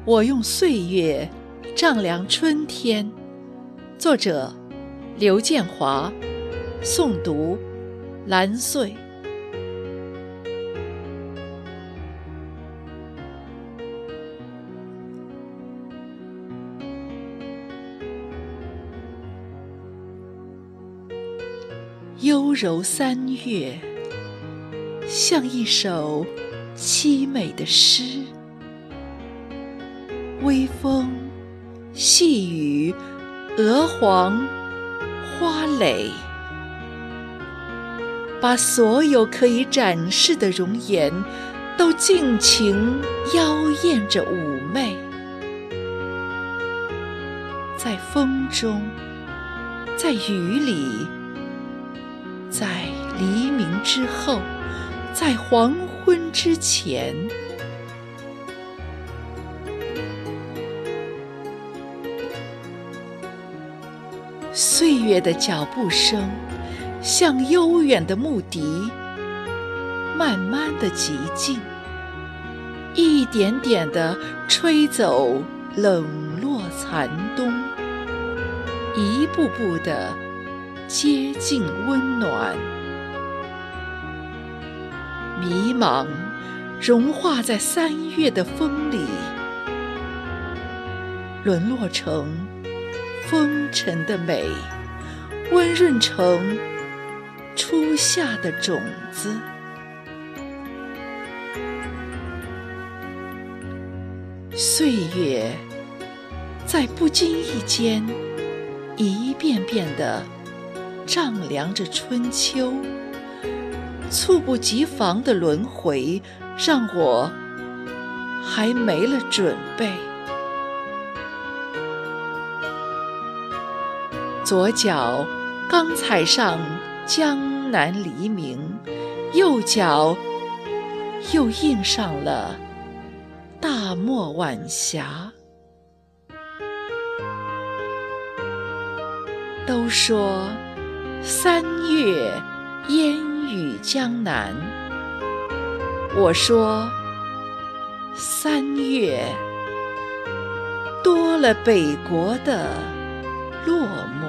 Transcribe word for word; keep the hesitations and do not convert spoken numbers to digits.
我用岁月丈量春天。作者刘建华，诵读蓝穗。幽柔三月，像一首凄美的诗。微风细雨，鹅黄花蕾，把所有可以展示的容颜都尽情妖艳着妩媚。在风中，在雨里，在黎明之后，在黄昏之前，岁月的脚步声像悠远的牧笛，慢慢的寂静，一点点地吹走冷落残冬，一步步地接近温暖。迷茫融化在三月的风里，沦落成风尘的美，温润成初夏的种子。岁月在不经意间一遍遍地丈量着春秋，猝不及防的轮回让我还没了准备。左脚刚踩上江南黎明，右脚又印上了大漠晚霞。都说三月烟雨江南，我说三月多了北国的落寞。